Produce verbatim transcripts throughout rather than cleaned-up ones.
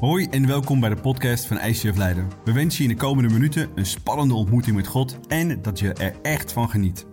Hoi en welkom bij de podcast van I C F Leiden. We wensen je in de komende minuten een spannende ontmoeting met God en dat je er echt van geniet.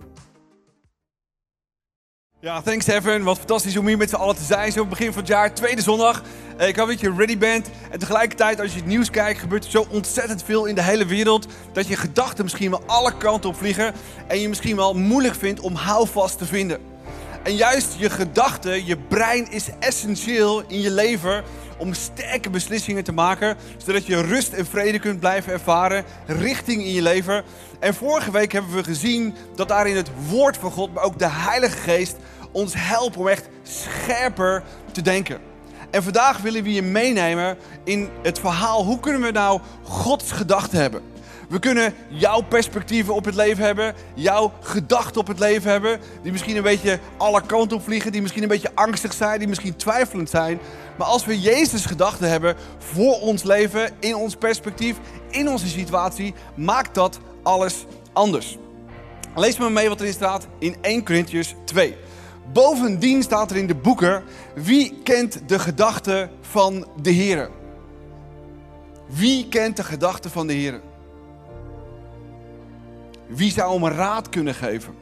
Ja, thanks Evan. Wat fantastisch om hier met z'n allen te zijn. Zo op het begin van het jaar, tweede zondag. Ik hoop dat je ready bent. En tegelijkertijd, als je het nieuws kijkt, gebeurt er zo ontzettend veel in de hele wereld. Dat je gedachten misschien wel alle kanten op vliegen. En je misschien wel moeilijk vindt om houvast te vinden. En juist je gedachten, je brein is essentieel in je leven om sterke beslissingen te maken, zodat je rust en vrede kunt blijven ervaren, richting in je leven. En vorige week hebben we gezien dat daarin het woord van God, maar ook de Heilige Geest, ons helpen om echt scherper te denken. En vandaag willen we je meenemen in het verhaal, hoe kunnen we nou Gods gedachten hebben? We kunnen jouw perspectieven op het leven hebben, jouw gedachten op het leven hebben, die misschien een beetje alle kanten op vliegen, die misschien een beetje angstig zijn, die misschien twijfelend zijn. Maar als we Jezus gedachten hebben voor ons leven, in ons perspectief, in onze situatie, maakt dat alles anders. Lees maar mee wat erin staat in Eerste Korintiërs twee. Bovendien staat er in de boeken, wie kent de gedachten van de Here? Wie kent de gedachten van de Here? Wie zou hem een raad kunnen geven?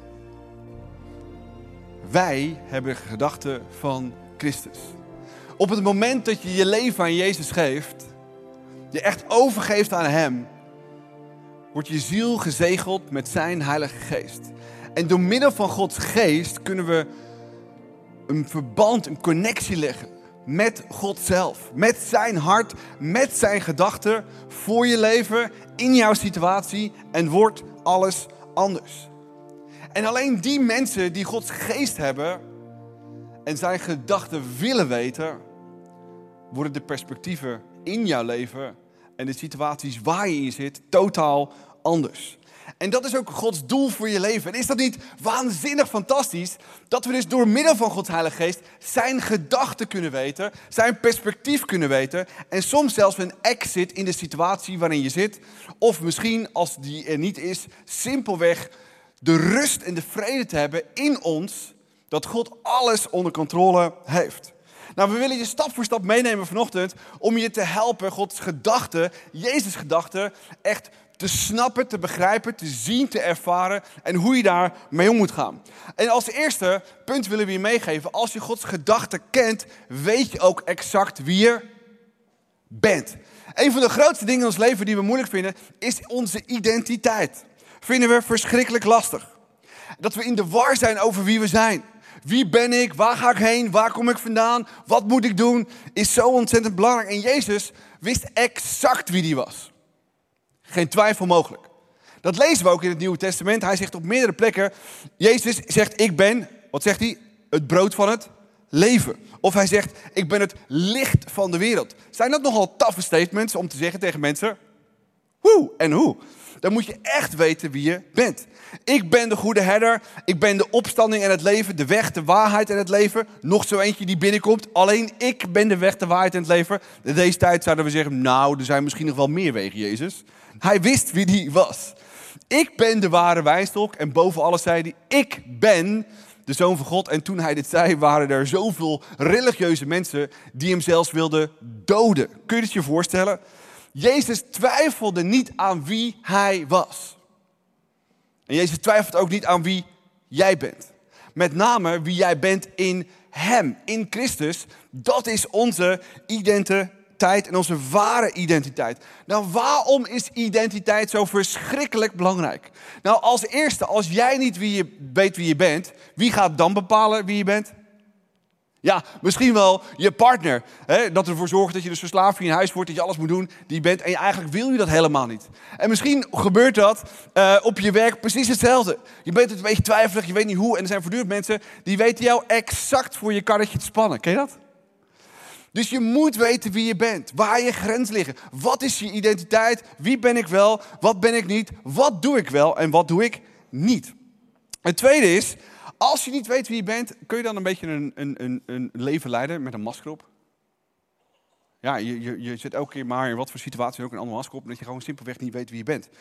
Wij hebben gedachten van Christus. Op het moment dat je je leven aan Jezus geeft, je echt overgeeft aan Hem, wordt je ziel gezegeld met zijn Heilige Geest. En door middel van Gods Geest kunnen we een verband, een connectie leggen met God zelf. Met zijn hart, met zijn gedachten voor je leven, in jouw situatie en wordt alles anders. En alleen die mensen die Gods Geest hebben en zijn gedachten willen weten, worden de perspectieven in jouw leven en de situaties waar je in zit totaal anders. En dat is ook Gods doel voor je leven. En is dat niet waanzinnig fantastisch dat we dus door middel van Gods Heilige Geest zijn gedachten kunnen weten, zijn perspectief kunnen weten en soms zelfs een exit in de situatie waarin je zit. Of misschien, als die er niet is, simpelweg de rust en de vrede te hebben in ons dat God alles onder controle heeft. Nou, we willen je stap voor stap meenemen vanochtend om je te helpen Gods gedachten, Jezus' gedachten, echt te snappen, te begrijpen, te zien, te ervaren en hoe je daar mee om moet gaan. En als eerste punt willen we je meegeven, als je Gods gedachten kent, weet je ook exact wie je bent. Een van de grootste dingen in ons leven die we moeilijk vinden, is onze identiteit. Vinden we verschrikkelijk lastig. Dat we in de war zijn over wie we zijn. Wie ben ik? Waar ga ik heen? Waar kom ik vandaan? Wat moet ik doen? Is zo ontzettend belangrijk. En Jezus wist exact wie hij was. Geen twijfel mogelijk. Dat lezen we ook in het Nieuwe Testament. Hij zegt op meerdere plekken, Jezus zegt, ik ben, wat zegt hij? Het brood van het leven. Of hij zegt, ik ben het licht van de wereld. Zijn dat nogal taffe statements om te zeggen tegen mensen? Hoe en hoe? Dan moet je echt weten wie je bent. Ik ben de goede herder. Ik ben de opstanding en het leven. De weg, de waarheid en het leven. Nog zo eentje die binnenkomt. Alleen ik ben de weg, de waarheid en het leven. In deze tijd zouden we zeggen, nou, er zijn misschien nog wel meer wegen, Jezus. Hij wist wie die was. Ik ben de ware wijnstok. En boven alles zei hij, ik ben de Zoon van God. En toen hij dit zei, waren er zoveel religieuze mensen die hem zelfs wilden doden. Kun je het je voorstellen? Jezus twijfelde niet aan wie hij was. En Jezus twijfelt ook niet aan wie jij bent. Met name wie jij bent in hem, in Christus. Dat is onze identiteit en onze ware identiteit. Nou, waarom is identiteit zo verschrikkelijk belangrijk? Nou, als eerste, als jij niet wie je, weet wie je bent, wie gaat dan bepalen wie je bent? Ja, misschien wel je partner. Hè, dat ervoor zorgt dat je dus verslaafd in je huis wordt, dat je alles moet doen die je bent. En eigenlijk wil je dat helemaal niet. En misschien gebeurt dat uh, op je werk precies hetzelfde. Je bent het een beetje twijfelig, je weet niet hoe. En er zijn voortdurend mensen die weten jou exact voor je karretje te spannen. Ken je dat? Dus je moet weten wie je bent, waar je grenzen liggen. Wat is je identiteit? Wie ben ik wel? Wat ben ik niet? Wat doe ik wel en wat doe ik niet? Het tweede is, als je niet weet wie je bent, kun je dan een beetje een, een, een, een leven leiden met een masker op? Ja, je, je, je zit elke keer maar in wat voor situatie ook een andere masker op, omdat je gewoon simpelweg niet weet wie je bent.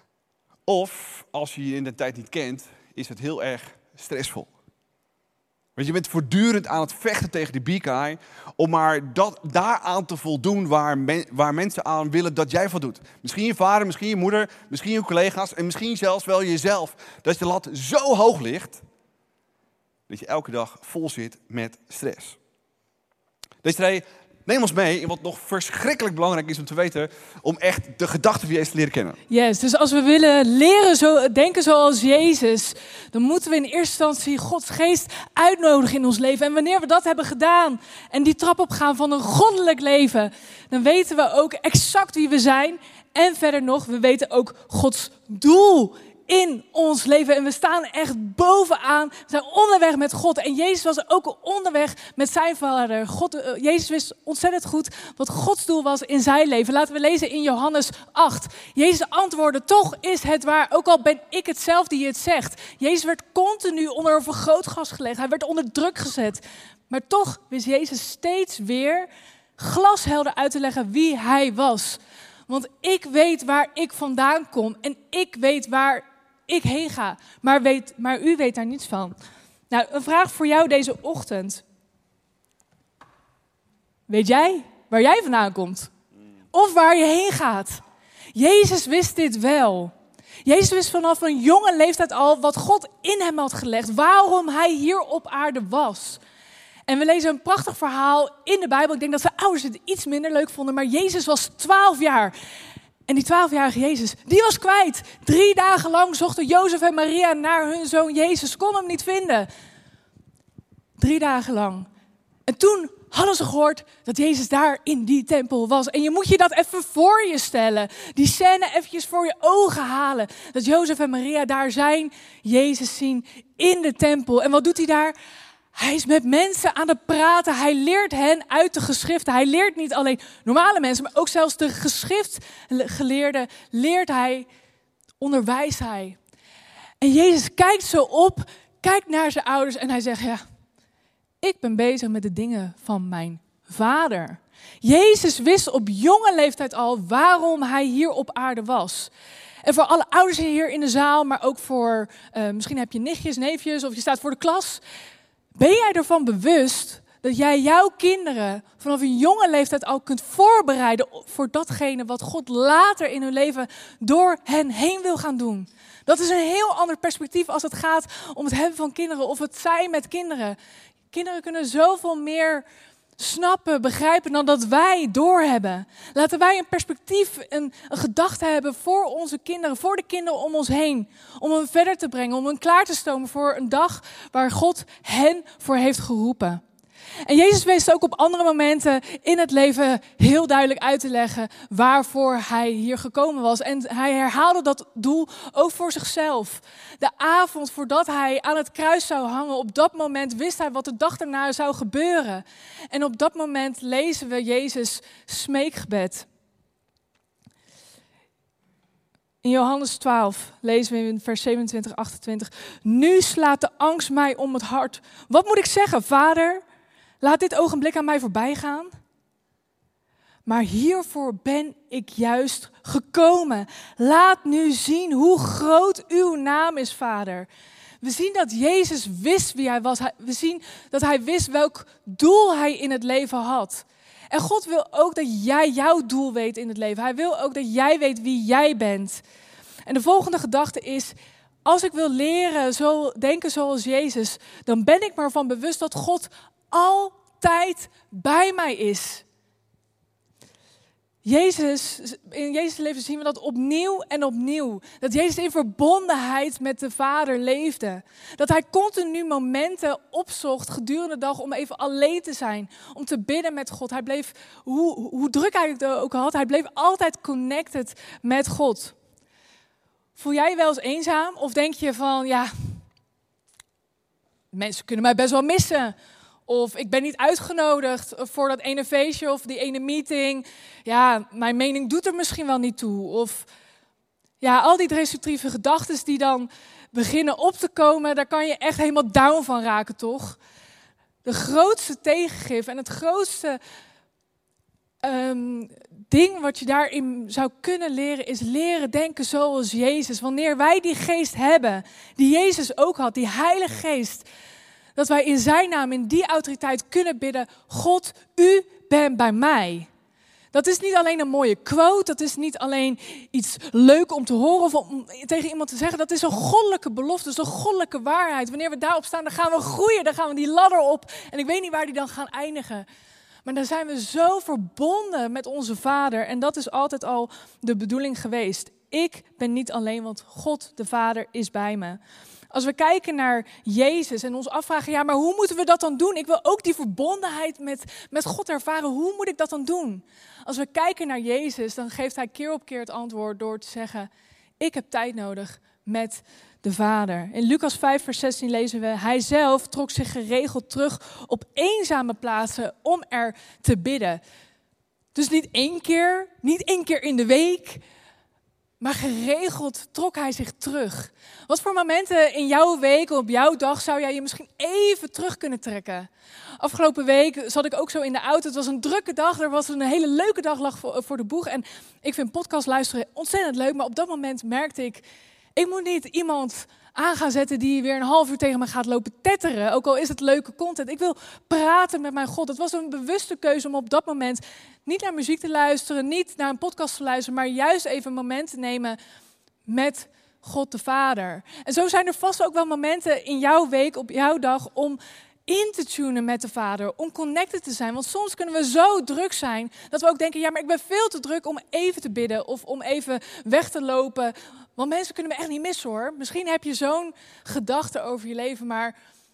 Of, als je je in de tijd niet kent, is het heel erg stressvol. Want je bent voortdurend aan het vechten tegen die biekai om maar dat, daaraan te voldoen waar, men, waar mensen aan willen dat jij voldoet. Misschien je vader, misschien je moeder, misschien je collega's en misschien zelfs wel jezelf. Dat je lat zo hoog ligt dat je elke dag vol zit met stress. Deze twee, neem ons mee in wat nog verschrikkelijk belangrijk is om te weten, om echt de gedachten van Jezus te leren kennen. Yes, dus als we willen leren zo, denken zoals Jezus, dan moeten we in eerste instantie Gods geest uitnodigen in ons leven. En wanneer we dat hebben gedaan en die trap opgaan van een goddelijk leven, dan weten we ook exact wie we zijn. En verder nog, we weten ook Gods doel in ons leven. En we staan echt bovenaan. We zijn onderweg met God. En Jezus was ook onderweg met zijn vader. God, uh, Jezus wist ontzettend goed wat Gods doel was in zijn leven. Laten we lezen in Johannes acht. Jezus antwoordde, toch is het waar. Ook al ben ik het zelf die het zegt. Jezus werd continu onder een vergrootglas gelegd. Hij werd onder druk gezet. Maar toch wist Jezus steeds weer glashelder uit te leggen wie hij was. Want ik weet waar ik vandaan kom. En ik weet waar ik heen ga, maar, weet, maar u weet daar niets van. Nou, een vraag voor jou deze ochtend. Weet jij waar jij vandaan komt? Of waar je heen gaat? Jezus wist dit wel. Jezus wist vanaf een jonge leeftijd al wat God in hem had gelegd. Waarom hij hier op aarde was. En we lezen een prachtig verhaal in de Bijbel. Ik denk dat zijn ouders het iets minder leuk vonden, maar Jezus was twaalf jaar. En die twaalfjarige Jezus, die was kwijt. Drie dagen lang zochten Jozef en Maria naar hun zoon Jezus. Kon hem niet vinden. Drie dagen lang. En toen hadden ze gehoord dat Jezus daar in die tempel was. En je moet je dat even voor je stellen. Die scène eventjes voor je ogen halen. Dat Jozef en Maria daar zijn, Jezus zien in de tempel. En wat doet hij daar? Hij is met mensen aan het praten. Hij leert hen uit de geschriften. Hij leert niet alleen normale mensen, maar ook zelfs de geschriftgeleerden leert hij, onderwijst hij. En Jezus kijkt zo op, kijkt naar zijn ouders en hij zegt, ja, ik ben bezig met de dingen van mijn vader. Jezus wist op jonge leeftijd al waarom hij hier op aarde was. En voor alle ouders hier in de zaal, maar ook voor, uh, misschien heb je nichtjes, neefjes of je staat voor de klas. Ben jij ervan bewust dat jij jouw kinderen vanaf een jonge leeftijd al kunt voorbereiden voor datgene wat God later in hun leven door hen heen wil gaan doen? Dat is een heel ander perspectief als het gaat om het hebben van kinderen of het zijn met kinderen. Kinderen kunnen zoveel meer snappen, begrijpen dan dat wij doorhebben. Laten wij een perspectief, een, een gedachte hebben voor onze kinderen, voor de kinderen om ons heen. Om hen verder te brengen, om hen klaar te stomen voor een dag waar God hen voor heeft geroepen. En Jezus wist ook op andere momenten in het leven heel duidelijk uit te leggen waarvoor hij hier gekomen was. En hij herhaalde dat doel ook voor zichzelf. De avond voordat hij aan het kruis zou hangen, op dat moment wist hij wat de dag daarna zou gebeuren. En op dat moment lezen we Jezus' smeekgebed. In Johannes twaalf lezen we in vers zevenentwintig, achtentwintig. Nu slaat de angst mij om het hart. Wat moet ik zeggen, Vader? Laat dit ogenblik aan mij voorbij gaan. Maar hiervoor ben ik juist gekomen. Laat nu zien hoe groot uw naam is, Vader. We zien dat Jezus wist wie hij was. We zien dat hij wist welk doel hij in het leven had. En God wil ook dat jij jouw doel weet in het leven. Hij wil ook dat jij weet wie jij bent. En de volgende gedachte is, als ik wil leren zo denken zoals Jezus, dan ben ik me ervan bewust dat God altijd bij mij is. Jezus, in Jezus' leven zien we dat opnieuw en opnieuw. Dat Jezus in verbondenheid met de Vader leefde. Dat hij continu momenten opzocht gedurende de dag om even alleen te zijn. Om te bidden met God. Hij bleef, hoe, hoe druk hij het ook had, hij bleef altijd connected met God. Voel jij je wel eens eenzaam? Of denk je van, ja, mensen kunnen mij best wel missen. Of ik ben niet uitgenodigd voor dat ene feestje of die ene meeting. Ja, mijn mening doet er misschien wel niet toe. Of ja, al die destructieve gedachten die dan beginnen op te komen, daar kan je echt helemaal down van raken, toch? De grootste tegengif en het grootste um, ding wat je daarin zou kunnen leren is leren denken zoals Jezus. Wanneer wij die geest hebben, die Jezus ook had, die Heilige Geest, Dat wij in zijn naam, in die autoriteit kunnen bidden, God, u bent bij mij. Dat is niet alleen een mooie quote, dat is niet alleen iets leuk om te horen of om tegen iemand te zeggen. Dat is een goddelijke belofte, dat is een goddelijke waarheid. Wanneer we daarop staan, dan gaan we groeien, dan gaan we die ladder op. En ik weet niet waar die dan gaan eindigen. Maar dan zijn we zo verbonden met onze Vader. En dat is altijd al de bedoeling geweest. Ik ben niet alleen, want God de Vader is bij me. Als we kijken naar Jezus en ons afvragen, ja, maar hoe moeten we dat dan doen? Ik wil ook die verbondenheid met, met God ervaren. Hoe moet ik dat dan doen? Als we kijken naar Jezus, dan geeft hij keer op keer het antwoord door te zeggen, ik heb tijd nodig met de Vader. In Lucas vijf vers zestien lezen we, hij zelf trok zich geregeld terug op eenzame plaatsen om er te bidden. Dus niet één keer, niet één keer in de week, maar geregeld trok hij zich terug. Wat voor momenten in jouw week, op jouw dag, zou jij je misschien even terug kunnen trekken? Afgelopen week zat ik ook zo in de auto. Het was een drukke dag. Er was een hele leuke dag lag voor, voor de boeg. En ik vind podcast luisteren ontzettend leuk. Maar op dat moment merkte ik, ik moet niet iemand aan gaan zetten die weer een half uur tegen me gaat lopen tetteren. Ook al is het leuke content. Ik wil praten met mijn God. Het was een bewuste keuze om op dat moment niet naar muziek te luisteren, niet naar een podcast te luisteren, maar juist even een moment te nemen met God de Vader. En zo zijn er vast ook wel momenten in jouw week, op jouw dag, om in te tunen met de Vader, om connected te zijn. Want soms kunnen we zo druk zijn, dat we ook denken, ja, maar ik ben veel te druk om even te bidden of om even weg te lopen. Want mensen kunnen me echt niet missen, hoor. Misschien heb je zo'n gedachte over je leven, maar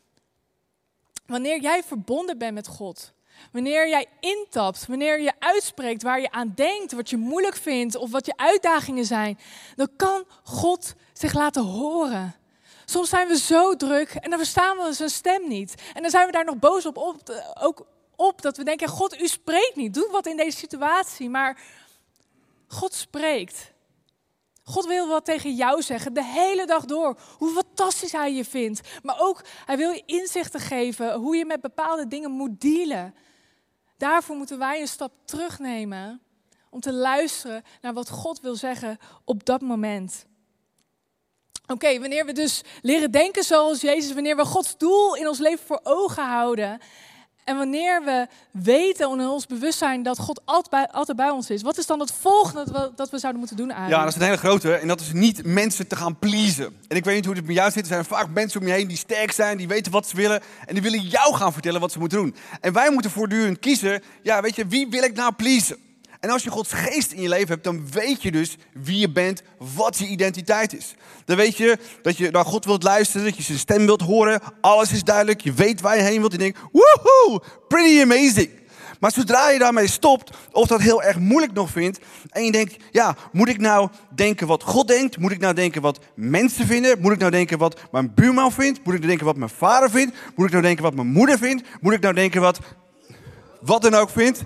wanneer jij verbonden bent met God, wanneer jij intapt, wanneer je uitspreekt waar je aan denkt, wat je moeilijk vindt of wat je uitdagingen zijn, dan kan God zich laten horen. Soms zijn we zo druk en dan verstaan we zijn stem niet. En dan zijn we daar nog boos op, op, ook op dat we denken, God, u spreekt niet. Doe wat in deze situatie. Maar God spreekt. God wil wat tegen jou zeggen, de hele dag door. Hoe fantastisch hij je vindt. Maar ook, hij wil je inzichten geven hoe je met bepaalde dingen moet dealen. Daarvoor moeten wij een stap terugnemen om te luisteren naar wat God wil zeggen op dat moment. Oké, okay, wanneer we dus leren denken zoals Jezus, wanneer we Gods doel in ons leven voor ogen houden en wanneer we weten en in ons bewustzijn dat God altijd bij, altijd bij ons is, wat is dan het volgende dat we, dat we zouden moeten doen, Arie? Ja, dat is een hele grote en dat is niet mensen te gaan pleasen. En ik weet niet hoe het met jou zit, er zijn vaak mensen om je heen die sterk zijn, die weten wat ze willen en die willen jou gaan vertellen wat ze moeten doen. En wij moeten voortdurend kiezen, ja, weet je, wie wil ik nou pleasen? En als je Gods geest in je leven hebt, dan weet je dus wie je bent, wat je identiteit is. Dan weet je dat je naar God wilt luisteren, dat je zijn stem wilt horen. Alles is duidelijk, je weet waar je heen wilt. Je denkt, woehoe, pretty amazing. Maar zodra je daarmee stopt, of dat heel erg moeilijk nog vindt, en je denkt, ja, moet ik nou denken wat God denkt? Moet ik nou denken wat mensen vinden? Moet ik nou denken wat mijn buurman vindt? Moet ik nou denken wat mijn vader vindt? Moet ik nou denken wat mijn moeder vindt? Moet ik nou denken wat wat dan ook vindt?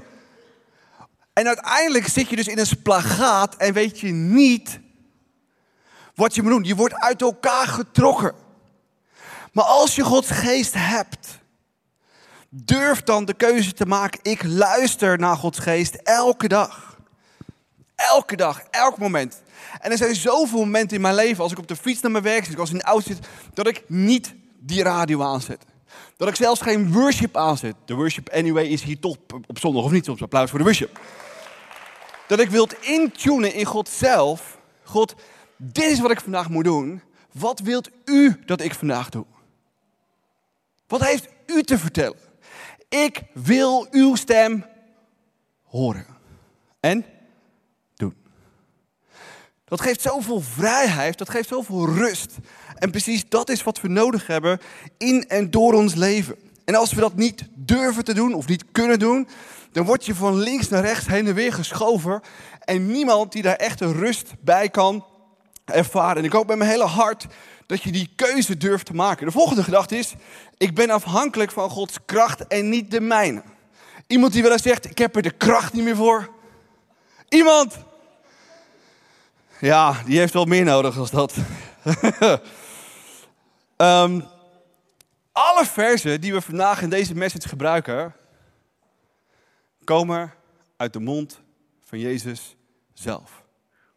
En uiteindelijk zit je dus in een splagaat en weet je niet wat je moet doen. Je wordt uit elkaar getrokken. Maar als je Gods geest hebt, durf dan de keuze te maken. Ik luister naar Gods geest elke dag. Elke dag, elk moment. En er zijn zoveel momenten in mijn leven, als ik op de fiets naar mijn werk zit, als ik in de auto zit, dat ik niet die radio aanzet. Dat ik zelfs geen worship aanzet. De worship anyway is hier toch op zondag of niet. Soms applaus voor de worship. Dat ik wilt intunen in God zelf. God, dit is wat ik vandaag moet doen. Wat wilt u dat ik vandaag doe? Wat heeft u te vertellen? Ik wil uw stem horen. En doen. Dat geeft zoveel vrijheid. Dat geeft zoveel rust. En precies dat is wat we nodig hebben in en door ons leven. En als we dat niet durven te doen of niet kunnen doen, dan word je van links naar rechts heen en weer geschoven. En niemand die daar echt een rust bij kan ervaren. En ik hoop met mijn hele hart dat je die keuze durft te maken. De volgende gedachte is, ik ben afhankelijk van Gods kracht en niet de mijne. Iemand die wel eens zegt, ik heb er de kracht niet meer voor. Iemand? Ja, die heeft wel meer nodig dan dat. um, alle versen die we vandaag in deze message gebruiken, komen uit de mond van Jezus zelf.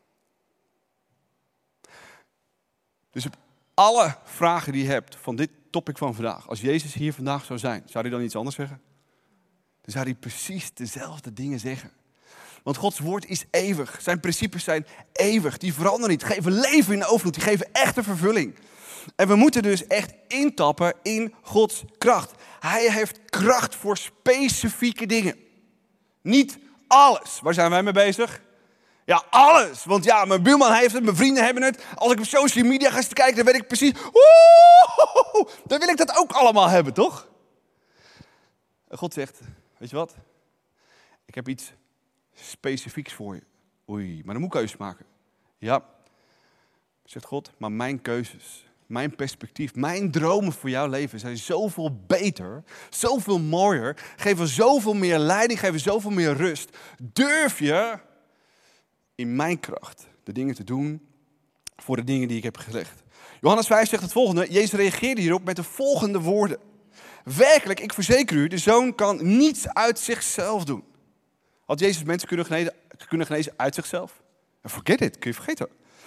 Dus op alle vragen die je hebt van dit topic van vandaag. Als Jezus hier vandaag zou zijn, zou hij dan iets anders zeggen? Dan zou hij precies dezelfde dingen zeggen. Want Gods woord is eeuwig. Zijn principes zijn eeuwig. Die veranderen niet. Die geven leven in overvloed. Die geven echte vervulling. En we moeten dus echt intappen in Gods kracht. Hij heeft kracht voor specifieke dingen. Niet alles. Waar zijn wij mee bezig? Ja, alles. Want ja, mijn buurman heeft het, mijn vrienden hebben het. Als ik op social media ga zitten kijken, dan weet ik precies... Woehoe, dan wil ik dat ook allemaal hebben, toch? En God zegt, weet je wat? Ik heb iets specifieks voor je. Oei, maar dan moet ik keuzes maken. Ja, zegt God, maar mijn keuzes, mijn perspectief, mijn dromen voor jouw leven zijn zoveel beter, zoveel mooier, geven zoveel meer leiding, geven zoveel meer rust. Durf je in mijn kracht de dingen te doen voor de dingen die ik heb gelegd. Johannes vijf zegt het volgende. Jezus reageerde hierop met de volgende woorden. Werkelijk, ik verzeker u, de zoon kan niets uit zichzelf doen. Had Jezus mensen kunnen genezen, kunnen genezen uit zichzelf? Forget it, kun je vergeten.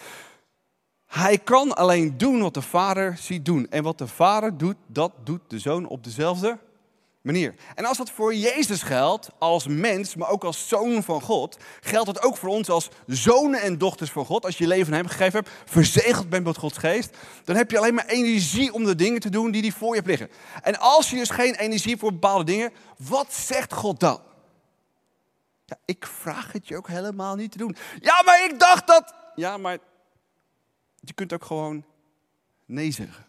Hij kan alleen doen wat de Vader ziet doen. En wat de Vader doet, dat doet de zoon op dezelfde manier. En als dat voor Jezus geldt, als mens, maar ook als zoon van God, geldt dat ook voor ons als zonen en dochters van God. Als je je leven aan hem gegeven hebt, verzegeld bent met Gods geest, dan heb je alleen maar energie om de dingen te doen die hij voor je hebt liggen. En als je dus geen energie hebt voor bepaalde dingen, wat zegt God dan? Ja, ik vraag het je ook helemaal niet te doen. Ja, maar ik dacht dat... Ja, maar je kunt ook gewoon nee zeggen.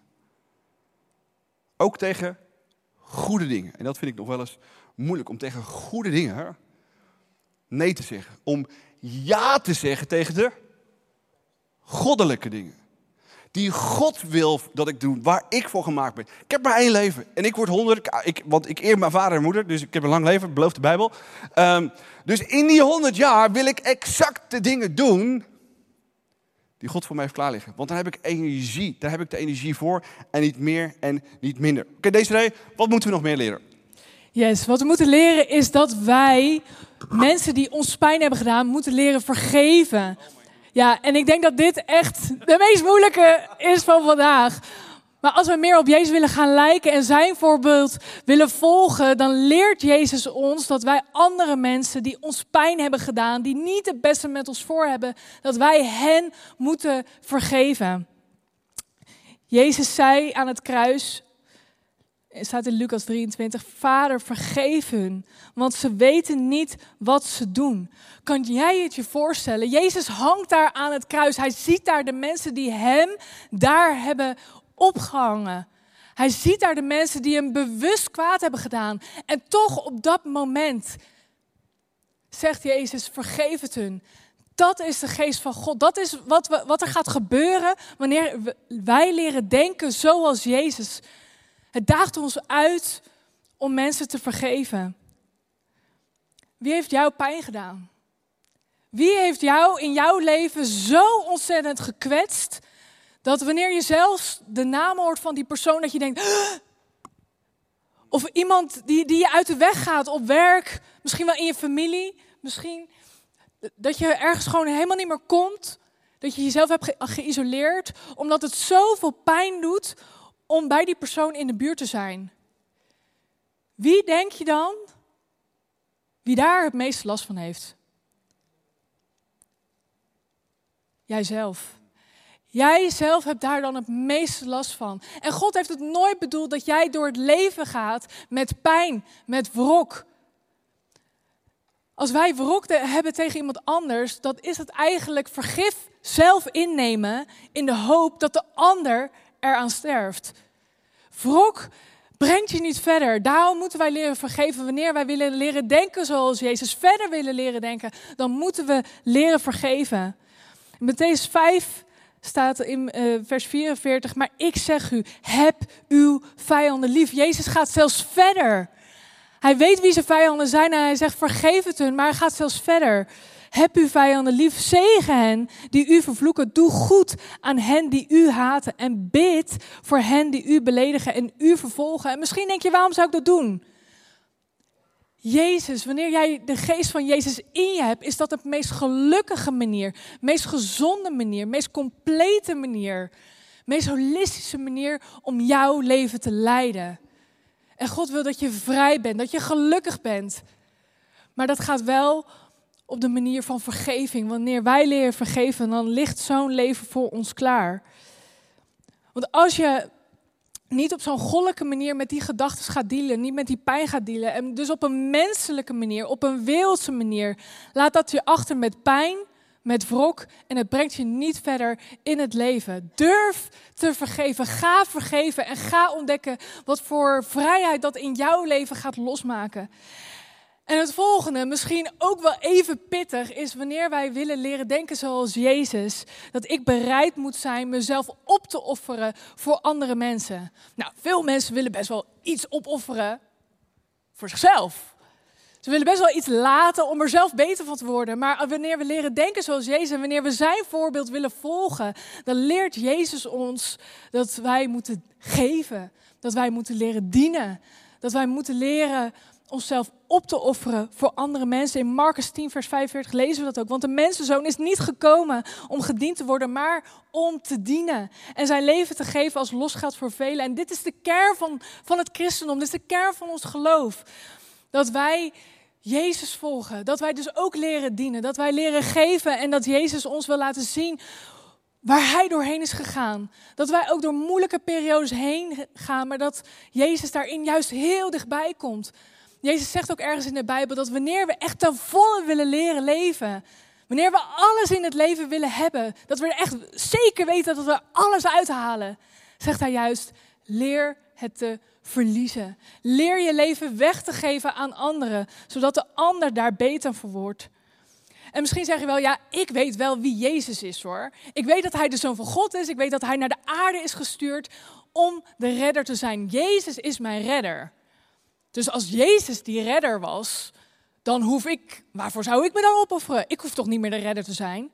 Ook tegen goede dingen. En dat vind ik nog wel eens moeilijk, om tegen goede dingen nee te zeggen. Om ja te zeggen tegen de goddelijke dingen. Die God wil dat ik doe, waar ik voor gemaakt ben. Ik heb maar één leven en ik word honderd, ik, want ik eer mijn vader en moeder, dus ik heb een lang leven, belooft de Bijbel. Um, dus in die honderd jaar wil ik exact de dingen doen die God voor mij heeft klaar liggen. Want dan heb ik energie, daar heb ik de energie voor en niet meer en niet minder. Oké, okay, Desiree, wat moeten we nog meer leren? Yes, wat we moeten leren is dat wij mensen die ons pijn hebben gedaan, moeten leren vergeven. Ja, en ik denk dat dit echt de meest moeilijke is van vandaag. Maar als we meer op Jezus willen gaan lijken en zijn voorbeeld willen volgen, dan leert Jezus ons dat wij andere mensen die ons pijn hebben gedaan, die niet het beste met ons voor hebben, dat wij hen moeten vergeven. Jezus zei aan het kruis, het staat in Lucas drieëntwintig, Vader, vergeef hun, want ze weten niet wat ze doen. Kan jij het je voorstellen? Jezus hangt daar aan het kruis. Hij ziet daar de mensen die hem daar hebben opgehangen. Hij ziet daar de mensen die hem bewust kwaad hebben gedaan. En toch op dat moment zegt Jezus, vergeef het hun. Dat is de geest van God. Dat is wat, we, wat er gaat gebeuren wanneer wij leren denken zoals Jezus. Het daagt ons uit om mensen te vergeven. Wie heeft jou pijn gedaan? Wie heeft jou in jouw leven zo ontzettend gekwetst, dat wanneer je zelfs de naam hoort van die persoon, dat je denkt, Hah! Of iemand die, die je uit de weg gaat op werk, misschien wel in je familie, misschien dat je ergens gewoon helemaal niet meer komt, dat je jezelf hebt ge- geïsoleerd, omdat het zoveel pijn doet om bij die persoon in de buurt te zijn. Wie denk je dan wie daar het meeste last van heeft? Jijzelf. Jij zelf hebt daar dan het meeste last van. En God heeft het nooit bedoeld dat jij door het leven gaat met pijn, met wrok. Als wij wrok hebben tegen iemand anders, dan is het eigenlijk vergif zelf innemen in de hoop dat de ander eraan sterft. Wrok brengt je niet verder. Daarom moeten wij leren vergeven. Wanneer wij willen leren denken zoals Jezus, verder willen leren denken, dan moeten we leren vergeven. In Mattheüs vijf staat in uh, vers vierenveertig, maar ik zeg u, heb uw vijanden lief. Jezus gaat zelfs verder. Hij weet wie zijn vijanden zijn en hij zegt vergeef het hun, maar hij gaat zelfs verder. Heb uw vijanden lief, zegen hen die u vervloeken. Doe goed aan hen die u haten en bid voor hen die u beledigen en u vervolgen. En misschien denk je, waarom zou ik dat doen? Jezus, wanneer jij de geest van Jezus in je hebt, is dat de meest gelukkige manier, meest gezonde manier, meest complete manier. meest holistische manier om jouw leven te leiden. En God wil dat je vrij bent, dat je gelukkig bent. Maar dat gaat wel op de manier van vergeving. Wanneer wij leren vergeven, dan ligt zo'n leven voor ons klaar. Want als je niet op zo'n goddelijke manier met die gedachten gaat dealen, niet met die pijn gaat dealen, en dus op een menselijke manier, op een wereldse manier, laat dat je achter met pijn, met wrok en het brengt je niet verder in het leven. Durf te vergeven, ga vergeven en ga ontdekken wat voor vrijheid dat in jouw leven gaat losmaken. En het volgende, misschien ook wel even pittig, is wanneer wij willen leren denken zoals Jezus, dat ik bereid moet zijn mezelf op te offeren voor andere mensen. Nou, veel mensen willen best wel iets opofferen voor zichzelf. Ze willen best wel iets laten om er zelf beter van te worden. Maar wanneer we leren denken zoals Jezus en wanneer we zijn voorbeeld willen volgen, dan leert Jezus ons dat wij moeten geven, dat wij moeten leren dienen, dat wij moeten leren onszelf op te offeren voor andere mensen. In Marcus tien vers vijfenveertig lezen we dat ook. Want de mensenzoon is niet gekomen om gediend te worden, maar om te dienen. En zijn leven te geven als losgeld voor velen. En dit is de kern van, van het christendom. Dit is de kern van ons geloof. Dat wij Jezus volgen. Dat wij dus ook leren dienen. Dat wij leren geven. En dat Jezus ons wil laten zien waar hij doorheen is gegaan. Dat wij ook door moeilijke periodes heen gaan. Maar dat Jezus daarin juist heel dichtbij komt. Jezus zegt ook ergens in de Bijbel dat wanneer we echt ten volle willen leren leven, wanneer we alles in het leven willen hebben, dat we er echt zeker weten dat we alles uithalen, zegt hij juist, leer het te verliezen. Leer je leven weg te geven aan anderen, zodat de ander daar beter voor wordt. En misschien zeg je wel, ja, ik weet wel wie Jezus is hoor. Ik weet dat hij de Zoon van God is, ik weet dat hij naar de aarde is gestuurd om de redder te zijn. Jezus is mijn redder. Dus als Jezus die redder was, dan hoef ik, waarvoor zou ik me dan opofferen? Ik hoef toch niet meer de redder te zijn?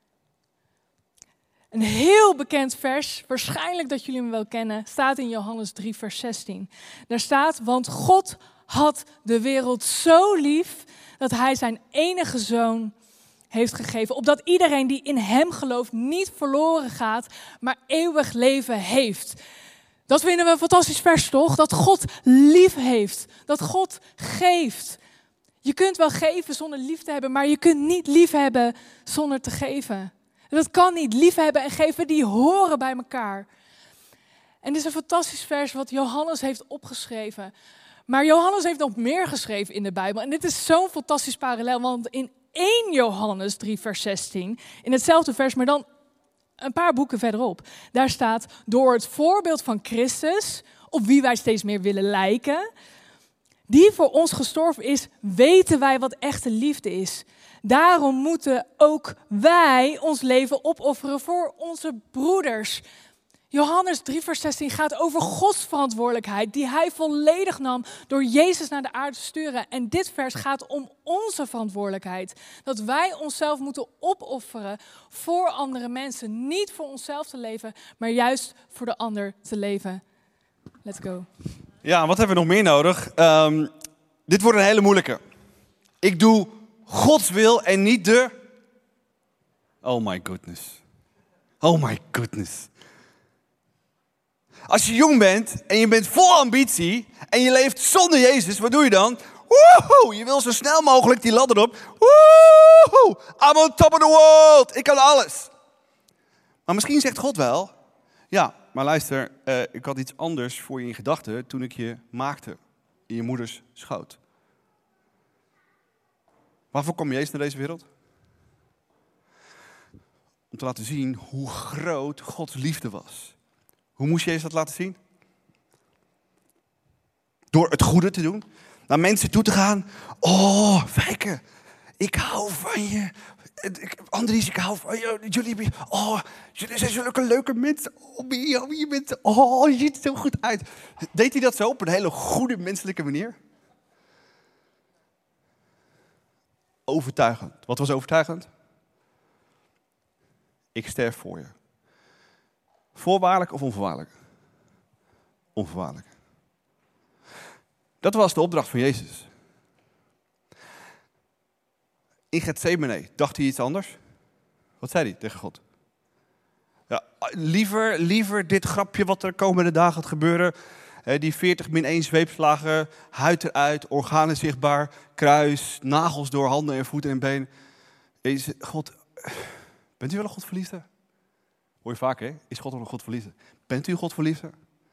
Een heel bekend vers, waarschijnlijk dat jullie hem wel kennen, staat in Johannes drie vers zestien. Daar staat, want God had de wereld zo lief dat hij zijn enige zoon heeft gegeven. Opdat iedereen die in hem gelooft niet verloren gaat, maar eeuwig leven heeft. Dat vinden we een fantastisch vers, toch? Dat God lief heeft. Dat God geeft. Je kunt wel geven zonder lief te hebben, maar je kunt niet lief hebben zonder te geven. Dat kan niet. Lief hebben en geven, die horen bij elkaar. En dit is een fantastisch vers wat Johannes heeft opgeschreven. Maar Johannes heeft nog meer geschreven in de Bijbel. En dit is zo'n fantastisch parallel, want in één Johannes drie vers zestien, in hetzelfde vers, maar dan een paar boeken verderop, daar staat, door het voorbeeld van Christus, op wie wij steeds meer willen lijken, die voor ons gestorven is, weten wij wat echte liefde is. Daarom moeten ook wij ons leven opofferen voor onze broeders. Johannes drie vers zestien gaat over Gods verantwoordelijkheid die hij volledig nam door Jezus naar de aarde te sturen. En dit vers gaat om onze verantwoordelijkheid. Dat wij onszelf moeten opofferen voor andere mensen. Niet voor onszelf te leven, maar juist voor de ander te leven. Let's go. Ja, wat hebben we nog meer nodig? Um, dit wordt een hele moeilijke. Ik doe Gods wil en niet de... Oh my goodness. Oh my goodness. Als je jong bent en je bent vol ambitie en je leeft zonder Jezus, wat doe je dan? Woehoe, je wil zo snel mogelijk die ladder op. Woehoe, I'm on top of the world. Ik kan alles. Maar misschien zegt God wel, ja, maar luister, uh, ik had iets anders voor je in gedachten toen ik je maakte in je moeders schoot. Waarvoor kwam Jezus naar deze wereld? Om te laten zien hoe groot Gods liefde was. Hoe moest Jezus dat laten zien? Door het goede te doen. Naar mensen toe te gaan. Oh, Fijke, ik hou van je. Andries, ik hou van je. Jullie, oh, jullie zijn zulke leuke mensen. Oh, oh, je, bent, oh, je ziet er zo goed uit. Deed hij dat zo op een hele goede menselijke manier? Overtuigend. Wat was overtuigend? Ik sterf voor je. Voorwaardelijk of onvoorwaardelijk? Onvoorwaardelijk. Dat was de opdracht van Jezus. In Getsemane dacht hij iets anders. Wat zei hij tegen God? Ja, liever, liever dit grapje wat er komende dagen gaat gebeuren. He, die veertig min één zweepslagen, huid eruit, organen zichtbaar, kruis, nagels door handen en voeten en benen. Jezus, God, bent u wel een Godverliefde? Hoor je vaak, hè? Is God wel een Godverliefde? Bent u een Godverliefde?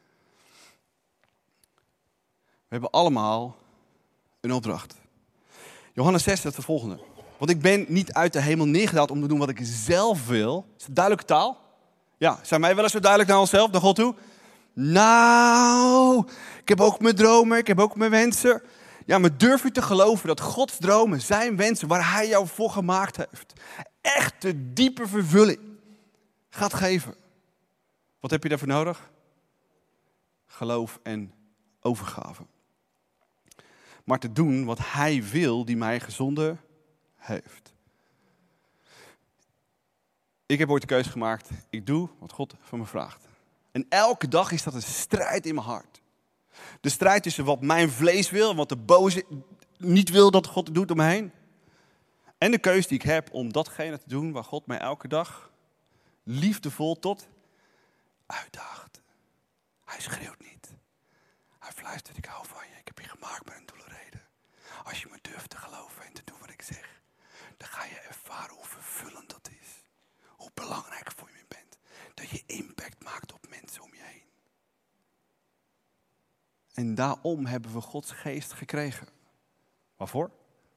We hebben allemaal een opdracht. Johannes zes zegt het volgende. Want ik ben niet uit de hemel neergedaald om te doen wat ik zelf wil. Is dat duidelijke taal? Ja, zijn wij wel eens zo duidelijk naar onszelf, naar God toe? Nou, ik heb ook mijn dromen, ik heb ook mijn wensen. Ja, maar durf u te geloven dat Gods dromen, zijn wensen, waar Hij jou voor gemaakt heeft, echt de diepe vervulling gaat geven? Wat heb je daarvoor nodig? Geloof en overgave. Maar te doen wat Hij wil, die mij gezonden heeft. Ik heb ooit de keuze gemaakt. Ik doe wat God van me vraagt. En elke dag is dat een strijd in mijn hart. De strijd tussen wat mijn vlees wil en wat de boze niet wil dat God het doet om me heen. En de keuze die ik heb om datgene te doen waar God mij elke dag liefdevol tot uitdaagt. Hij schreeuwt niet. Hij fluistert, ik hou van je. Ik heb je gemaakt met een doel en reden. Als je me durft te geloven en te doen wat ik zeg, dan ga je ervaren hoe vervullend dat is. Hoe belangrijk voor je bent. Dat je impact maakt op mensen om je heen. En daarom hebben we Gods geest gekregen. Waarvoor?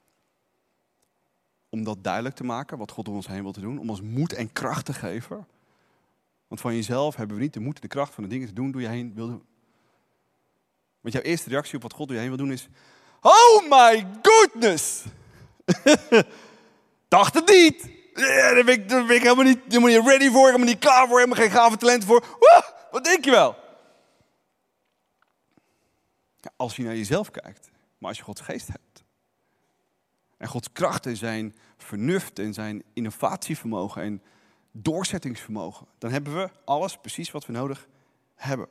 Om dat duidelijk te maken, wat God om ons heen wil te doen. Om ons moed en kracht te geven. Want van jezelf hebben we niet de moed en de kracht van de dingen te doen door je heen wil doen. Want jouw eerste reactie op wat God door je heen wil doen is: oh my goodness! Dacht het niet! Ja, daar ben ik, daar ben ik helemaal, niet, helemaal niet ready voor, helemaal niet klaar voor, helemaal geen gave talenten voor. Woe, wat denk je wel? Ja, als je naar jezelf kijkt, maar als je Gods geest hebt. En Gods kracht en zijn vernuft en zijn innovatievermogen en doorzettingsvermogen. Dan hebben we alles precies wat we nodig hebben.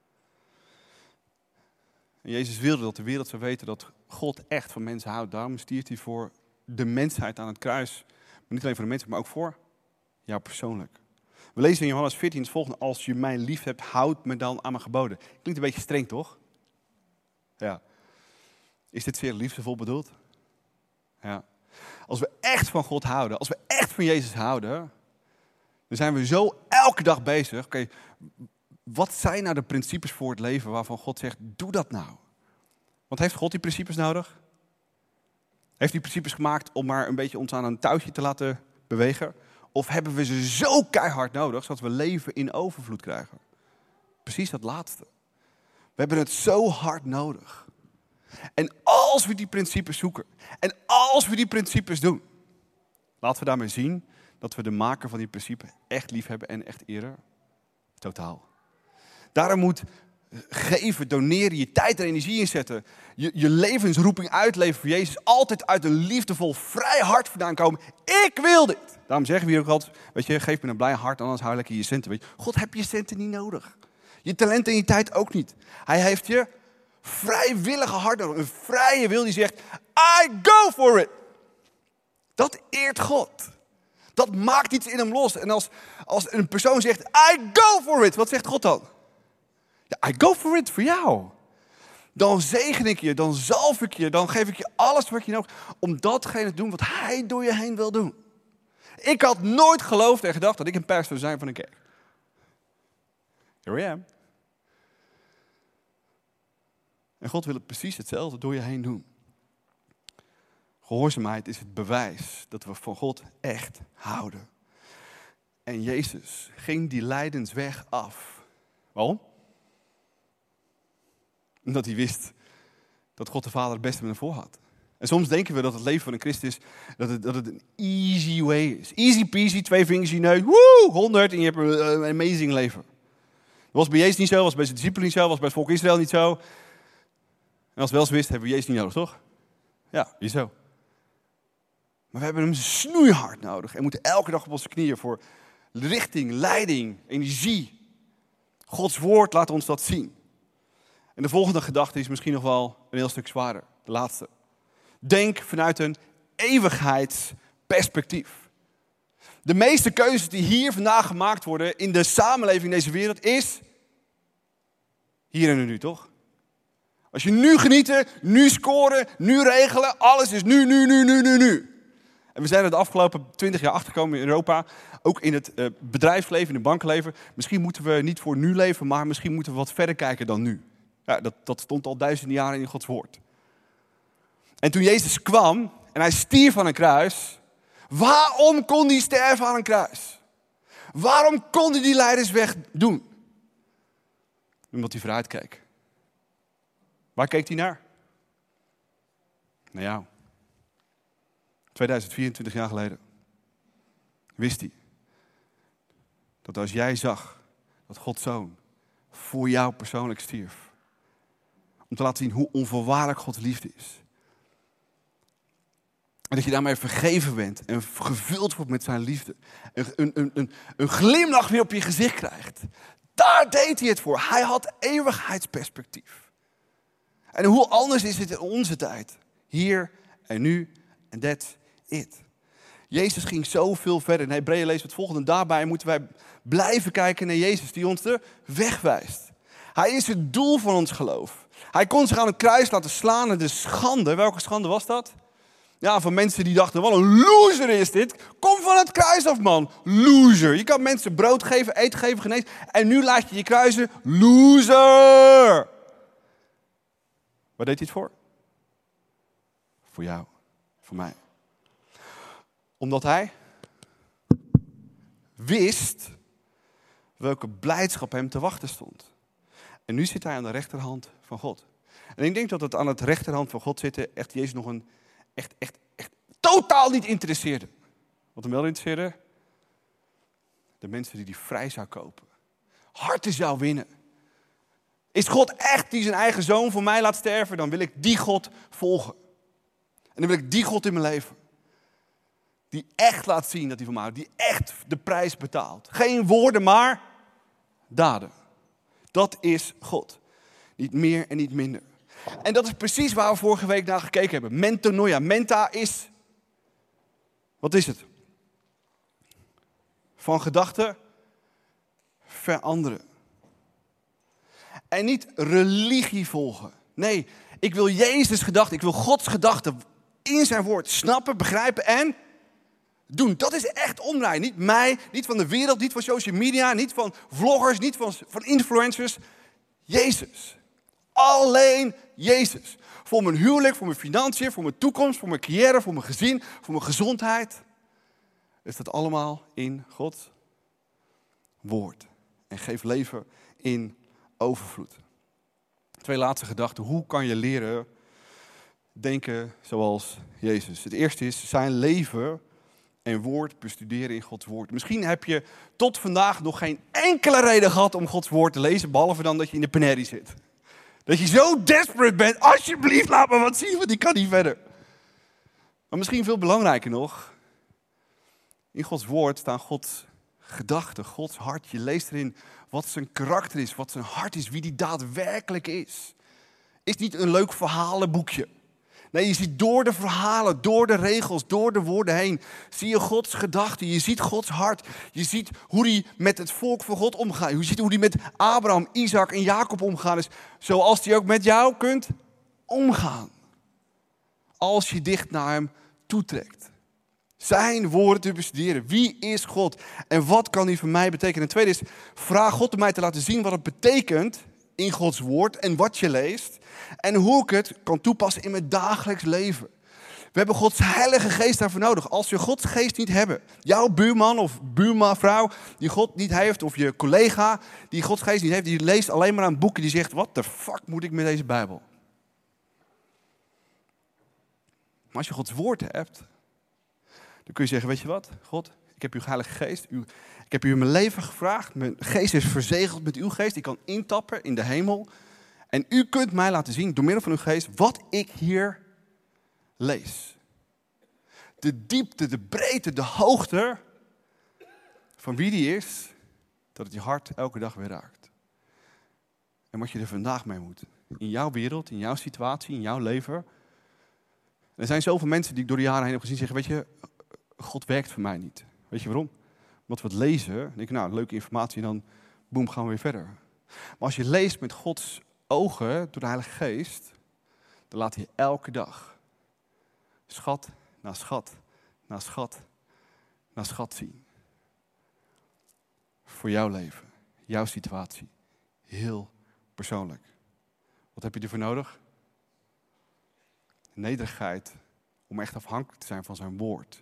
En Jezus wilde dat de wereld zou weten dat God echt van mensen houdt. Daarom stierf hij voor de mensheid aan het kruis. Maar niet alleen voor de mensen, maar ook voor jou persoonlijk. We lezen in Johannes veertien het volgende. Als je mij lief hebt, houd me dan aan mijn geboden. Klinkt een beetje streng, toch? Ja. Is dit zeer liefdevol bedoeld? Ja. Als we echt van God houden, als we echt van Jezus houden, dan zijn we zo elke dag bezig. Oké, okay, wat zijn nou de principes voor het leven waarvan God zegt, doe dat nou? Want heeft God die principes nodig? Heeft hij principes gemaakt om maar een beetje ons aan een touwtje te laten bewegen? Of hebben we ze zo keihard nodig, zodat we leven in overvloed krijgen? Precies dat laatste. We hebben het zo hard nodig. En als we die principes zoeken, en als we die principes doen, laten we daarmee zien dat we de maker van die principes echt lief hebben en echt eren. Totaal. Daarom moet geven, doneren, je tijd en energie inzetten, je, je levensroeping uitleven voor Jezus, altijd uit een liefdevol, vrij hart vandaan komen. Ik wil dit. Daarom zeggen we hier ook altijd, weet je, geef me een blij hart, anders hou lekker je centen. Weet je. God heb je centen niet nodig. Je talent en je tijd ook niet. Hij heeft je vrijwillige hart nodig. Een vrije wil die zegt, I go for it. Dat eert God. Dat maakt iets in hem los. En als, als een persoon zegt, I go for it. Wat zegt God dan? Ja, I go for it voor jou. Dan zegen ik je, dan zalf ik je, dan geef ik je alles wat je nodig hebt om datgene te doen wat hij door je heen wil doen. Ik had nooit geloofd en gedacht dat ik een pastor zou zijn van een kerk. Here I am. En God wil het precies hetzelfde door je heen doen. Gehoorzaamheid is het bewijs dat we van God echt houden. En Jezus ging die lijdensweg af. Waarom? Omdat hij wist dat God de Vader het beste met hem voor had. En soms denken we dat het leven van een christen is, dat het, dat het een easy way is. Easy peasy, twee vingers in je neus, woe, honderd en je hebt een, een amazing leven. Dat was bij Jezus niet zo, was bij zijn discipelen niet zo, was bij het volk Israël niet zo. En als we wel eens wisten, hebben we Jezus niet nodig, toch? Ja, is zo. Maar we hebben hem snoeihard nodig en moeten elke dag op onze knieën voor richting, leiding, energie. Gods woord laat ons dat zien. En de volgende gedachte is misschien nog wel een heel stuk zwaarder. De laatste. Denk vanuit een eeuwigheidsperspectief. De meeste keuzes die hier vandaag gemaakt worden in de samenleving in deze wereld is hier en nu, toch? Als je nu genieten, nu scoren, nu regelen, alles is nu, nu, nu, nu, nu, nu. En we zijn er de afgelopen twintig jaar achtergekomen in Europa, ook in het uh, bedrijfsleven, in het bankenleven. Misschien moeten we niet voor nu leven, maar misschien moeten we wat verder kijken dan nu. Ja, dat, dat stond al duizenden jaren in Gods woord. En toen Jezus kwam en hij stierf aan een kruis, waarom kon hij sterven aan een kruis? Waarom kon hij die leidersweg doen? Omdat hij vooruit keek. Waar keek hij naar? Naar jou. tweeduizend vierentwintig jaar geleden wist hij dat als jij zag dat Gods Zoon voor jou persoonlijk stierf, om te laten zien hoe onvoorwaardelijk Gods liefde is, en dat je daarmee vergeven bent en gevuld wordt met zijn liefde, een, een, een, een glimlach weer op je gezicht krijgt, daar deed hij het voor. Hij had eeuwigheidsperspectief. En hoe anders is het in onze tijd? Hier en nu en that's it. Jezus ging zoveel verder. In Hebreeën lezen we het volgende. Daarbij moeten wij blijven kijken naar Jezus die ons de weg wijst. Hij is het doel van ons geloof. Hij kon zich aan het kruis laten slaan en de schande. Welke schande was dat? Ja, van mensen die dachten, wat een loser is dit. Kom van het kruis af, man. Loser. Je kan mensen brood geven, eten geven, genezen. En nu laat je je kruisen. Loser. Waar deed hij het voor? Voor jou. Voor mij. Omdat hij wist welke blijdschap hem te wachten stond. En nu zit hij aan de rechterhand van God. En ik denk dat het aan het rechterhand van God zitten echt Jezus nog een echt, echt, echt totaal niet interesseerde. Wat hem wel interesseerde? De mensen die hij vrij zou kopen. Harten zou winnen. Is God echt die zijn eigen zoon voor mij laat sterven? Dan wil ik die God volgen. En dan wil ik die God in mijn leven. Die echt laat zien dat hij van mij houdt. Die echt de prijs betaalt. Geen woorden, maar daden. Dat is God. Niet meer en niet minder. En dat is precies waar we vorige week naar gekeken hebben. Metanoia. Menta is... Wat is het? Van gedachten veranderen. En niet religie volgen. Nee, ik wil Jezus' gedachten, ik wil Gods gedachten in zijn woord snappen, begrijpen en doen. Dat is echt omdraaien. Niet mij, niet van de wereld, niet van social media, niet van vloggers, niet van, van influencers. Jezus. Alleen Jezus. Voor mijn huwelijk, voor mijn financiën, voor mijn toekomst, voor mijn carrière, voor mijn gezin, voor mijn gezondheid. Is dat allemaal in Gods woord. En geef leven in overvloed. Twee laatste gedachten. Hoe kan je leren denken zoals Jezus? Het eerste is zijn leven en woord bestuderen in Gods woord. Misschien heb je tot vandaag nog geen enkele reden gehad om Gods woord te lezen, behalve dan dat je in de penerie zit. Dat je zo desperate bent, alsjeblieft laat me wat zien, want ik kan niet verder. Maar misschien veel belangrijker nog, in Gods woord staan Gods gedachten, Gods hart. Je leest erin wat zijn karakter is, wat zijn hart is, wie die daadwerkelijk is. Is niet een leuk verhalenboekje. Nee, je ziet door de verhalen, door de regels, door de woorden heen, zie je Gods gedachten. Je ziet Gods hart. Je ziet hoe hij met het volk van God omgaat. Je ziet hoe hij met Abraham, Isaac en Jacob omgaan is. Zoals hij ook met jou kunt omgaan. Als je dicht naar hem toetrekt. Zijn woorden te bestuderen. Wie is God? En wat kan hij voor mij betekenen? En het tweede is, vraag God om mij te laten zien wat het betekent in Gods woord en wat je leest. En hoe ik het kan toepassen in mijn dagelijks leven. We hebben Gods heilige geest daarvoor nodig. Als je Gods geest niet hebben, jouw buurman of buurvrouw die God niet heeft, of je collega die Gods geest niet heeft, die leest alleen maar een boekje die zegt, wat de fuck moet ik met deze Bijbel? Maar als je Gods woord hebt, dan kun je zeggen, weet je wat, God, ik heb uw heilige geest, u, ik heb u in mijn leven gevraagd, mijn geest is verzegeld met uw geest, ik kan intappen in de hemel. En u kunt mij laten zien, door middel van uw geest, wat ik hier lees. De diepte, de breedte, de hoogte van wie die is, dat het je hart elke dag weer raakt. En wat je er vandaag mee moet. In jouw wereld, in jouw situatie, in jouw leven. Er zijn zoveel mensen die ik door de jaren heen heb gezien zeggen, weet je, God werkt voor mij niet. Weet je waarom? Omdat we het lezen, dan denk ik, nou, leuke informatie, en dan boem, gaan we weer verder. Maar als je leest met Gods ogen, door de Heilige Geest, dan laat hij elke dag schat na schat, na schat, na schat zien. Voor jouw leven, jouw situatie. Heel persoonlijk. Wat heb je ervoor nodig? Nederigheid om echt afhankelijk te zijn van zijn woord.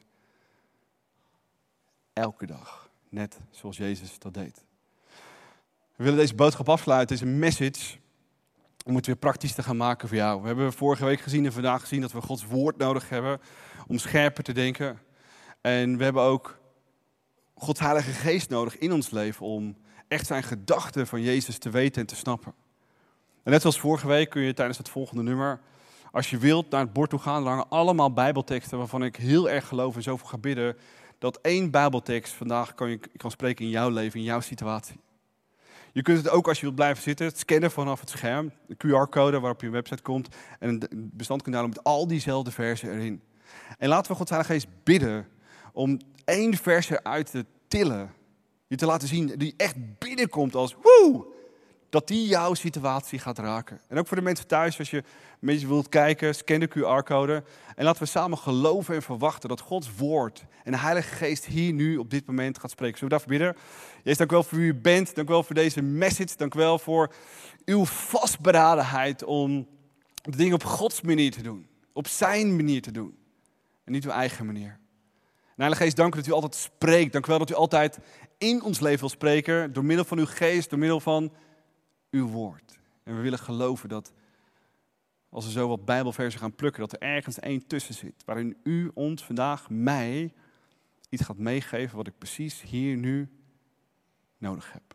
Elke dag. Net zoals Jezus dat deed. We willen deze boodschap afsluiten. Het is een message om het weer praktisch te gaan maken voor jou. We hebben vorige week gezien en vandaag gezien dat we Gods woord nodig hebben om scherper te denken. En we hebben ook Gods Heilige Geest nodig in ons leven om echt zijn gedachten van Jezus te weten en te snappen. En net zoals vorige week kun je tijdens het volgende nummer, als je wilt, naar het bord toe gaan. Er hangen allemaal bijbelteksten waarvan ik heel erg geloof en zoveel ga bidden, dat één bijbeltekst vandaag kan, je, kan spreken in jouw leven, in jouw situatie. Je kunt het ook, als je wilt blijven zitten, scannen vanaf het scherm. De Q R-code waarop je website komt. En een bestand kunt downloaden met al diezelfde versen erin. En laten we Gods Heilige Geest bidden om één vers eruit te tillen. Je te laten zien, die echt binnenkomt als woe! Dat die jouw situatie gaat raken. En ook voor de mensen thuis, als je een beetje wilt kijken, scan de Q R-code. En laten we samen geloven en verwachten dat Gods woord en de Heilige Geest hier nu op dit moment gaat spreken. Zullen we daarvoor bidden? Jezus, dank u wel voor wie u bent. Dank u wel voor deze message. Dank u wel voor uw vastberadenheid om de dingen op Gods manier te doen. Op zijn manier te doen. En niet uw eigen manier. En Heilige Geest, dank u dat u altijd spreekt. Dank u wel dat u altijd in ons leven wil spreken. Door middel van uw geest, door middel van uw woord. En we willen geloven dat als we zo wat Bijbelversen gaan plukken, dat er ergens één tussen zit. Waarin u ons vandaag, mij, iets gaat meegeven wat ik precies hier nu nodig heb.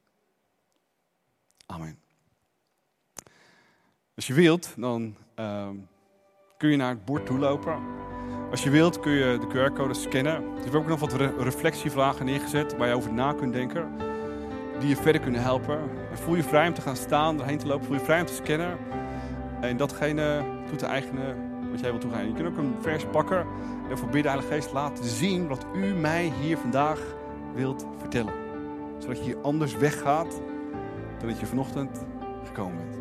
Amen. Als je wilt, dan uh, kun je naar het bord toe lopen. Als je wilt, kun je de Q R-code scannen. Er hebben ook nog wat re- reflectievragen neergezet waar je over na kunt denken. Die je verder kunnen helpen. En voel je vrij om te gaan staan, erheen te lopen. Voel je vrij om te scannen. En datgene toe te eigenen wat jij wilt toegaan. Je kunt ook een vers pakken. En daarvoor bidden, Heilige Geest, laten zien wat u mij hier vandaag wilt vertellen. Zodat je hier anders weggaat dan dat je vanochtend gekomen bent.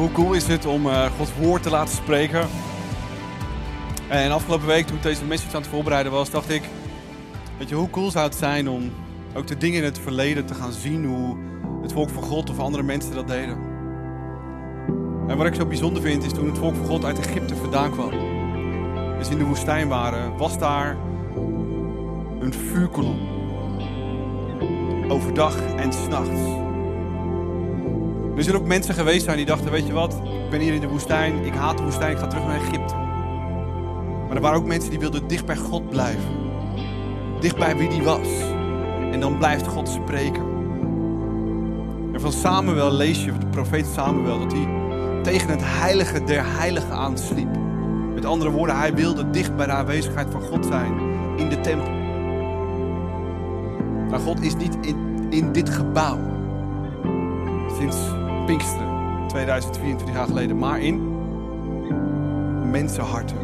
hoe cool is het om uh, Gods woord te laten spreken? En afgelopen week, toen ik deze message aan het voorbereiden was, dacht ik, weet je, hoe cool zou het zijn om ook de dingen in het verleden te gaan zien, hoe het volk van God of andere mensen dat deden. En wat ik zo bijzonder vind, is toen het volk van God uit Egypte vandaan kwam. En ze in de woestijn waren, was daar een vuurkolom. Overdag en 's nachts. Er zullen ook mensen geweest zijn die dachten, weet je wat, ik ben hier in de woestijn, ik haat de woestijn, ik ga terug naar Egypte. Maar er waren ook mensen die wilden dicht bij God blijven. Dicht bij wie die was. En dan blijft God spreken. En van Samuel lees je, de profeet Samuel, dat hij tegen het heilige der heiligen aansliep. Met andere woorden, hij wilde dicht bij de aanwezigheid van God zijn in de tempel. Maar God is niet in, in dit gebouw. Sinds Pinksteren, tweeduizend vierentwintig jaar geleden, maar in mensenharten.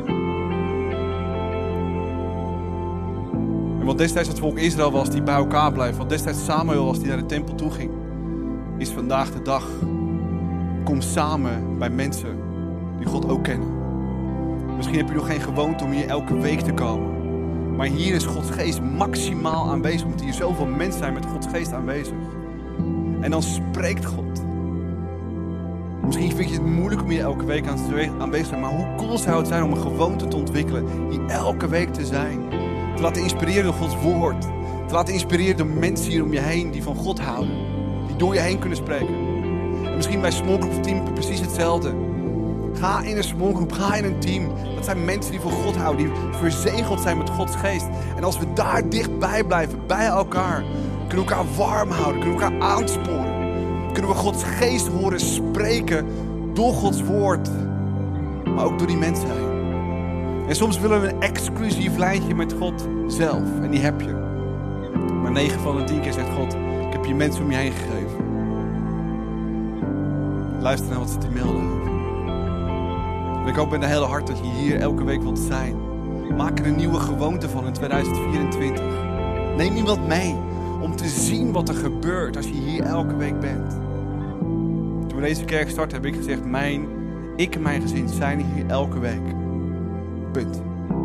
En wat destijds het volk Israël was die bij elkaar blijft, wat destijds Samuel was die naar de tempel toe ging, is vandaag de dag, kom samen bij mensen die God ook kennen. Misschien heb je nog geen gewoonte om hier elke week te komen. Maar hier is Gods geest maximaal aanwezig, omdat hier zoveel mensen zijn met Gods geest aanwezig. En dan spreekt God. Misschien vind je het moeilijk om hier elke week aanwezig te zijn, maar hoe cool zou het zijn om een gewoonte te ontwikkelen, hier elke week te zijn. Te laten inspireren door Gods woord. Te laten inspireren door mensen hier om je heen die van God houden. Die door je heen kunnen spreken. En misschien bij small group team precies hetzelfde. Ga in een small group, ga in een team. Dat zijn mensen die van God houden, die verzegeld zijn met Gods geest. En als we daar dichtbij blijven, bij elkaar, kunnen we elkaar warm houden, kunnen we elkaar aansporen. Kunnen we Gods geest horen spreken door Gods woord, maar ook door die mensen heen. En soms willen we een exclusief lijntje met God zelf, en die heb je. Maar negen van de tien keer zegt God, ik heb je mensen om je heen gegeven. Luister naar wat ze te melden hebben. En ik hoop met een hele hart dat je hier elke week wilt zijn. Maak er een nieuwe gewoonte van in tweeduizend vierentwintig. Neem iemand mee om te zien wat er gebeurt als je hier elke week bent. Toen we deze kerk starten heb ik gezegd, mijn, ik en mijn gezin zijn hier elke week. Punt.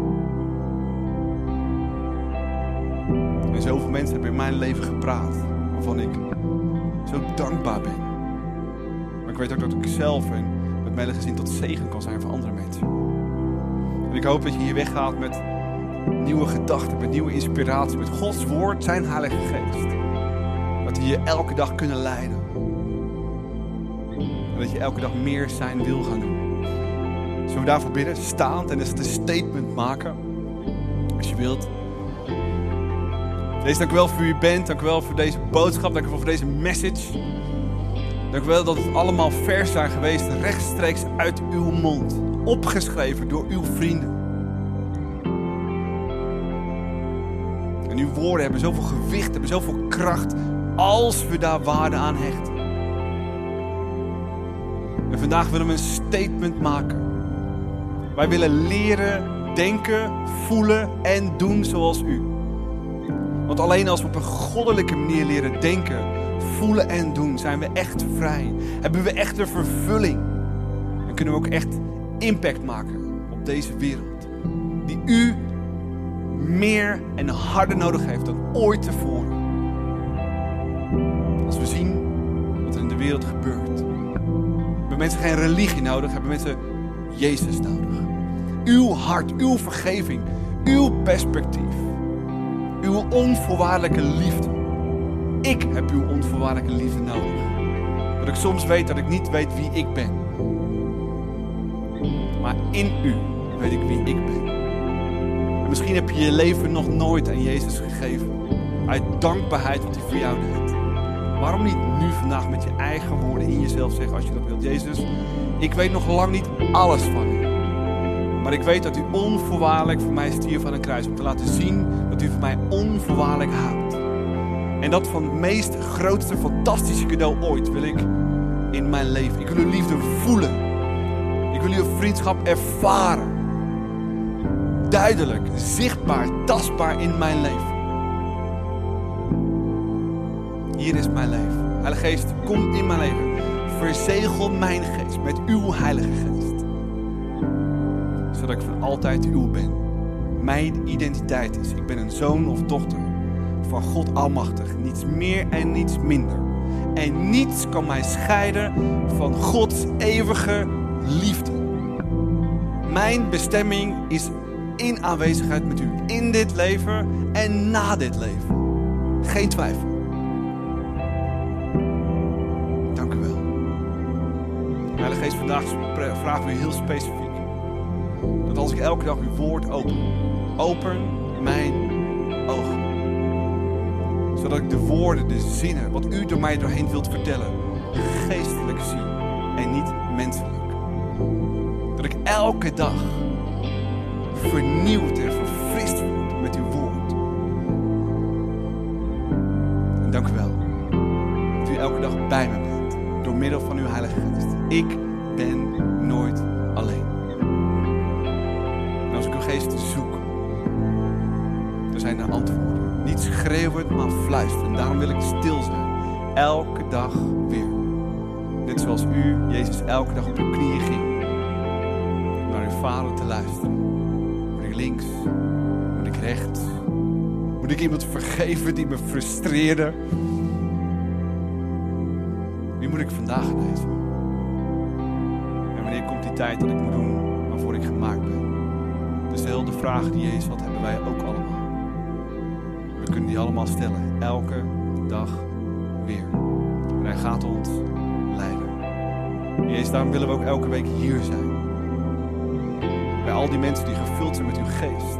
En zoveel mensen hebben in mijn leven gepraat, waarvan ik zo dankbaar ben. Maar ik weet ook dat ik zelf en met mijn hele gezin tot zegen kan zijn voor andere mensen. En ik hoop dat je hier weggaat met nieuwe gedachten, met nieuwe inspiratie, met Gods woord, zijn heilige geest. Dat die je elke dag kunnen leiden. En dat je elke dag meer zijn wil gaan doen. Zullen we daarvoor bidden, staand en eens een statement maken, als je wilt. Deze, dank u wel voor wie u bent, dank u wel voor deze boodschap, dank u wel voor deze message. Dank u wel dat het allemaal vers zijn geweest, rechtstreeks uit uw mond, opgeschreven door uw vrienden. En uw woorden hebben zoveel gewicht, hebben zoveel kracht, als we daar waarde aan hechten. En vandaag willen we een statement maken. Wij willen leren, denken, voelen en doen zoals u. Want alleen als we op een goddelijke manier leren denken, voelen en doen, zijn we echt vrij. Hebben we echt een vervulling. En kunnen we ook echt impact maken op deze wereld. Die u meer en harder nodig heeft dan ooit tevoren. Als we zien wat er in de wereld gebeurt. Hebben mensen geen religie nodig, hebben mensen Jezus nodig. Uw hart, uw vergeving, uw perspectief. Uw onvoorwaardelijke liefde. Ik heb uw onvoorwaardelijke liefde nodig. Dat ik soms weet dat ik niet weet wie ik ben. Maar in u weet ik wie ik ben. En misschien heb je je leven nog nooit aan Jezus gegeven. Uit dankbaarheid wat hij voor jou deed. Waarom niet nu vandaag met je eigen woorden in jezelf zeggen als je dat wilt. Jezus, ik weet nog lang niet alles van u. Maar ik weet dat u onvoorwaardelijk voor mij stierf aan een kruis. Om te laten zien dat u van mij onvoorwaardelijk houdt. En dat van het meest grootste, fantastische cadeau ooit wil ik in mijn leven. Ik wil uw liefde voelen. Ik wil uw vriendschap ervaren. Duidelijk, zichtbaar, tastbaar in mijn leven. Hier is mijn leven. Heilige Geest, kom in mijn leven. verzegel mijn geest met uw Heilige Geest. Zodat ik voor altijd uw ben. Mijn identiteit is, ik ben een zoon of dochter van God Almachtig. Niets meer en niets minder. En niets kan mij scheiden van Gods eeuwige liefde. Mijn bestemming is in aanwezigheid met u. In dit leven en na dit leven. Geen twijfel. Dank u wel. Heilige Geest, vandaag vragen we u heel specifiek. Dat als ik elke dag uw woord open. Open mijn ogen. Zodat ik de woorden, de zinnen, wat u door mij doorheen wilt vertellen, geestelijk zie en niet menselijk. Dat ik elke dag vernieuwd en verfrist word met uw woord. En dank u wel dat u elke dag bij me bent, door middel van uw Heilige Geest. Ik ben nooit alleen. En als ik uw geest zoek, dan zijn er antwoorden. Niet schreeuwend, maar fluisterend. Daarom wil ik stil zijn. Elke dag weer. Net zoals u, Jezus, elke dag op uw knieën ging. Om naar uw Vader te luisteren. Moet ik links? Moet ik rechts? Moet ik iemand vergeven die me frustreerde? Wie moet ik vandaag genezen? En wanneer komt die tijd dat ik moet doen waarvoor ik gemaakt ben? Dezelfde vraag die Jezus had, hebben wij ook allemaal. We kunnen die allemaal stellen. Elke dag weer. En hij gaat ons leiden. Jezus, daarom willen we ook elke week hier zijn. Bij al die mensen die gevuld zijn met uw geest.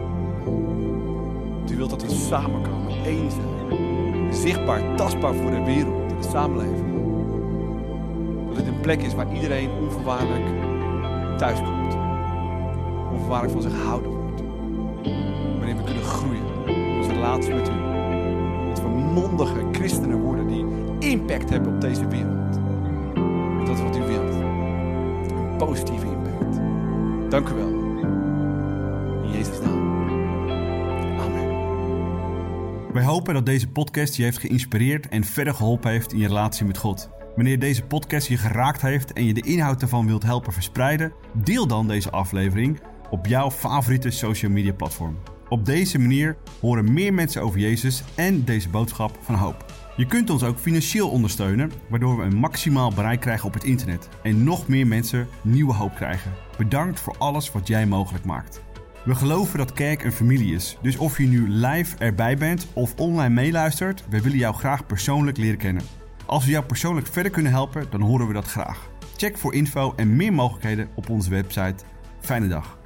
U wilt dat we samenkomen, één zijn. Zichtbaar, tastbaar voor de wereld en de samenleving. Dat het een plek is waar iedereen onvoorwaardelijk thuis komt. Onvoorwaardelijk van zich houden wordt. Wanneer we kunnen groeien. Onze relatie met u. Dat we mondige christenen worden die impact hebben op deze wereld. Dat is wat u wilt. Een positieve impact. Dank u wel. In Jezus' naam. Amen. Wij hopen dat deze podcast je heeft geïnspireerd en verder geholpen heeft in je relatie met God. Wanneer deze podcast je geraakt heeft en je de inhoud ervan wilt helpen verspreiden, deel dan deze aflevering op jouw favoriete social media platform. Op deze manier horen meer mensen over Jezus en deze boodschap van hoop. Je kunt ons ook financieel ondersteunen, waardoor we een maximaal bereik krijgen op het internet en nog meer mensen nieuwe hoop krijgen. Bedankt voor alles wat jij mogelijk maakt. We geloven dat kerk een familie is, dus of je nu live erbij bent of online meeluistert, we willen jou graag persoonlijk leren kennen. Als we jou persoonlijk verder kunnen helpen, dan horen we dat graag. Check voor info en meer mogelijkheden op onze website. Fijne dag.